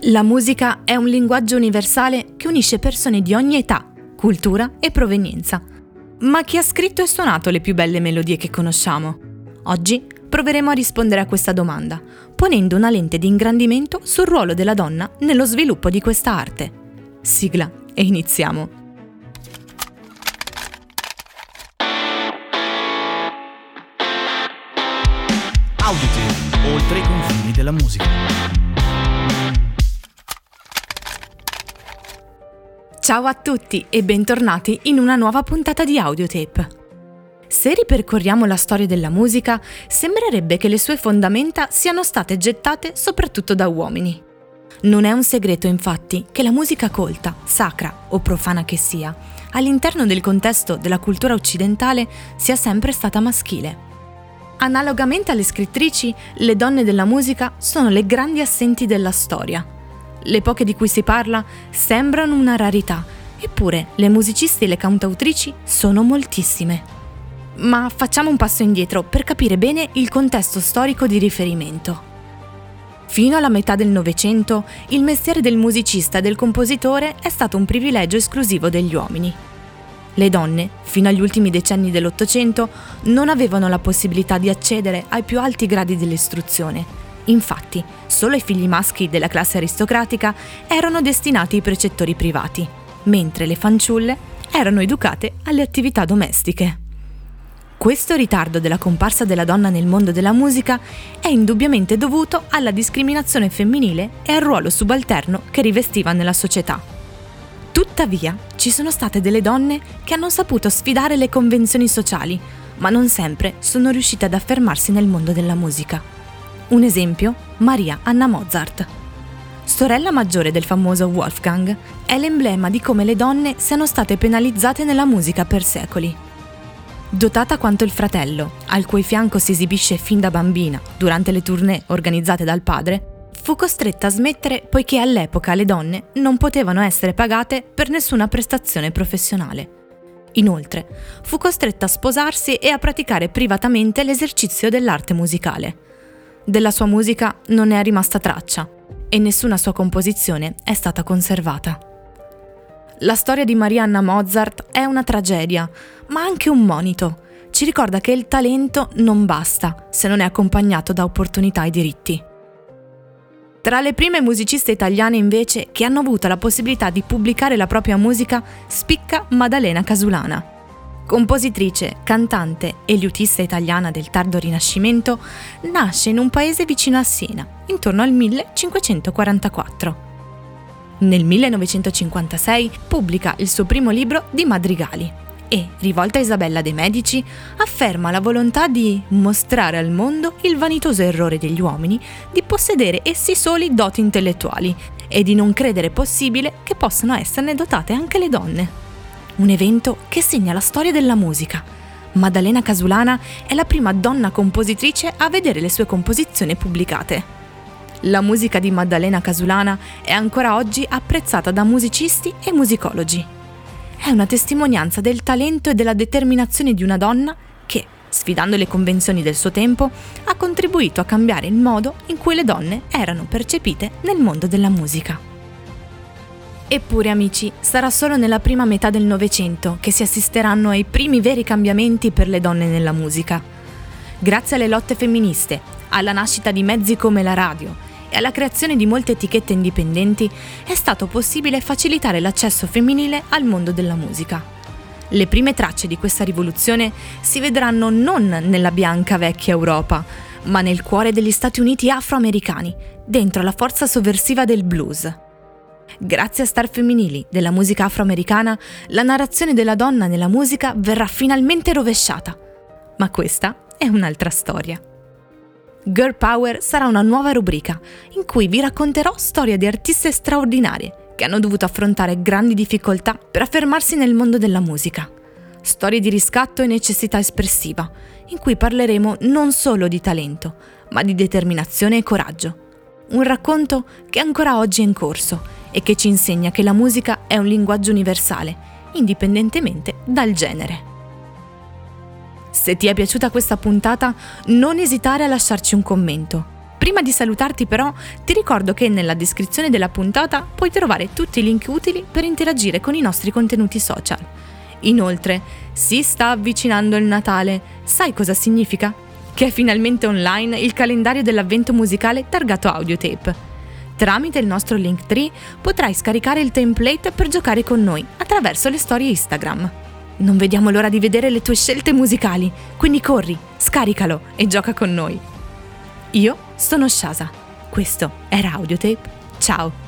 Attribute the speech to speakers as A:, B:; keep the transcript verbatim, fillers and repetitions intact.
A: La musica è un linguaggio universale che unisce persone di ogni età, cultura e provenienza. Ma chi ha scritto e suonato le più belle melodie che conosciamo? Oggi proveremo a rispondere a questa domanda, ponendo una lente di ingrandimento sul ruolo della donna nello sviluppo di questa arte. Sigla e iniziamo!
B: Audiotape, oltre i confini della musica.
A: Ciao a tutti e bentornati in una nuova puntata di Audiotape. Se ripercorriamo la storia della musica, sembrerebbe che le sue fondamenta siano state gettate soprattutto da uomini. Non è un segreto, infatti, che la musica colta, sacra o profana che sia, all'interno del contesto della cultura occidentale sia sempre stata maschile. Analogamente alle scrittrici, le donne della musica sono le grandi assenti della storia. Le poche di cui si parla sembrano una rarità, eppure le musiciste e le cantautrici sono moltissime. Ma facciamo un passo indietro per capire bene il contesto storico di riferimento. Fino alla metà del Novecento, il mestiere del musicista e del compositore è stato un privilegio esclusivo degli uomini. Le donne, fino agli ultimi decenni dell'Ottocento, non avevano la possibilità di accedere ai più alti gradi dell'istruzione. Infatti, solo i figli maschi della classe aristocratica erano destinati ai precettori privati, mentre le fanciulle erano educate alle attività domestiche. Questo ritardo della comparsa della donna nel mondo della musica è indubbiamente dovuto alla discriminazione femminile e al ruolo subalterno che rivestiva nella società. Tuttavia, ci sono state delle donne che hanno saputo sfidare le convenzioni sociali, ma non sempre sono riuscite ad affermarsi nel mondo della musica. Un esempio, Maria Anna Mozart. Sorella maggiore del famoso Wolfgang, è l'emblema di come le donne siano state penalizzate nella musica per secoli. Dotata quanto il fratello, al cui fianco si esibisce fin da bambina durante le tournée organizzate dal padre, fu costretta a smettere poiché all'epoca le donne non potevano essere pagate per nessuna prestazione professionale. Inoltre, fu costretta a sposarsi e a praticare privatamente l'esercizio dell'arte musicale. Della sua musica non ne è rimasta traccia e nessuna sua composizione è stata conservata. La storia di Maria Anna Mozart è una tragedia, ma anche un monito. Ci ricorda che il talento non basta se non è accompagnato da opportunità e diritti. Tra le prime musiciste italiane invece che hanno avuto la possibilità di pubblicare la propria musica spicca Maddalena Casulana. Compositrice, cantante e liutista italiana del tardo Rinascimento, nasce in un paese vicino a Siena, intorno al millecinquecentoquarantaquattro. Nel millenovecentocinquantasei pubblica il suo primo libro di madrigali e, rivolta a Isabella de' Medici, afferma la volontà di mostrare al mondo il vanitoso errore degli uomini di possedere essi soli doti intellettuali e di non credere possibile che possano esserne dotate anche le donne. Un evento che segna la storia della musica. Maddalena Casulana è la prima donna compositrice a vedere le sue composizioni pubblicate. La musica di Maddalena Casulana è ancora oggi apprezzata da musicisti e musicologi. È una testimonianza del talento e della determinazione di una donna che, sfidando le convenzioni del suo tempo, ha contribuito a cambiare il modo in cui le donne erano percepite nel mondo della musica. Eppure, amici, sarà solo nella prima metà del Novecento che si assisteranno ai primi veri cambiamenti per le donne nella musica. Grazie alle lotte femministe, alla nascita di mezzi come la radio e alla creazione di molte etichette indipendenti, è stato possibile facilitare l'accesso femminile al mondo della musica. Le prime tracce di questa rivoluzione si vedranno non nella bianca vecchia Europa, ma nel cuore degli Stati Uniti afroamericani, dentro la forza sovversiva del blues. Grazie a star femminili della musica afroamericana, la narrazione della donna nella musica verrà finalmente rovesciata. Ma questa è un'altra storia. Girl Power sarà una nuova rubrica in cui vi racconterò storie di artiste straordinarie che hanno dovuto affrontare grandi difficoltà per affermarsi nel mondo della musica. Storie di riscatto e necessità espressiva, in cui parleremo non solo di talento, ma di determinazione e coraggio. Un racconto che ancora oggi è in corso e che ci insegna che la musica è un linguaggio universale, indipendentemente dal genere. Se ti è piaciuta questa puntata, non esitare a lasciarci un commento. Prima di salutarti però, ti ricordo che nella descrizione della puntata puoi trovare tutti i link utili per interagire con i nostri contenuti social. Inoltre, si sta avvicinando il Natale. Sai cosa significa? Che è finalmente online il calendario dell'avvento musicale targato Audiotape. Tramite il nostro Linktree potrai scaricare il template per giocare con noi attraverso le storie Instagram. Non vediamo l'ora di vedere le tue scelte musicali, quindi corri, scaricalo e gioca con noi. Io sono Shasa. Questo era Audiotape. Ciao!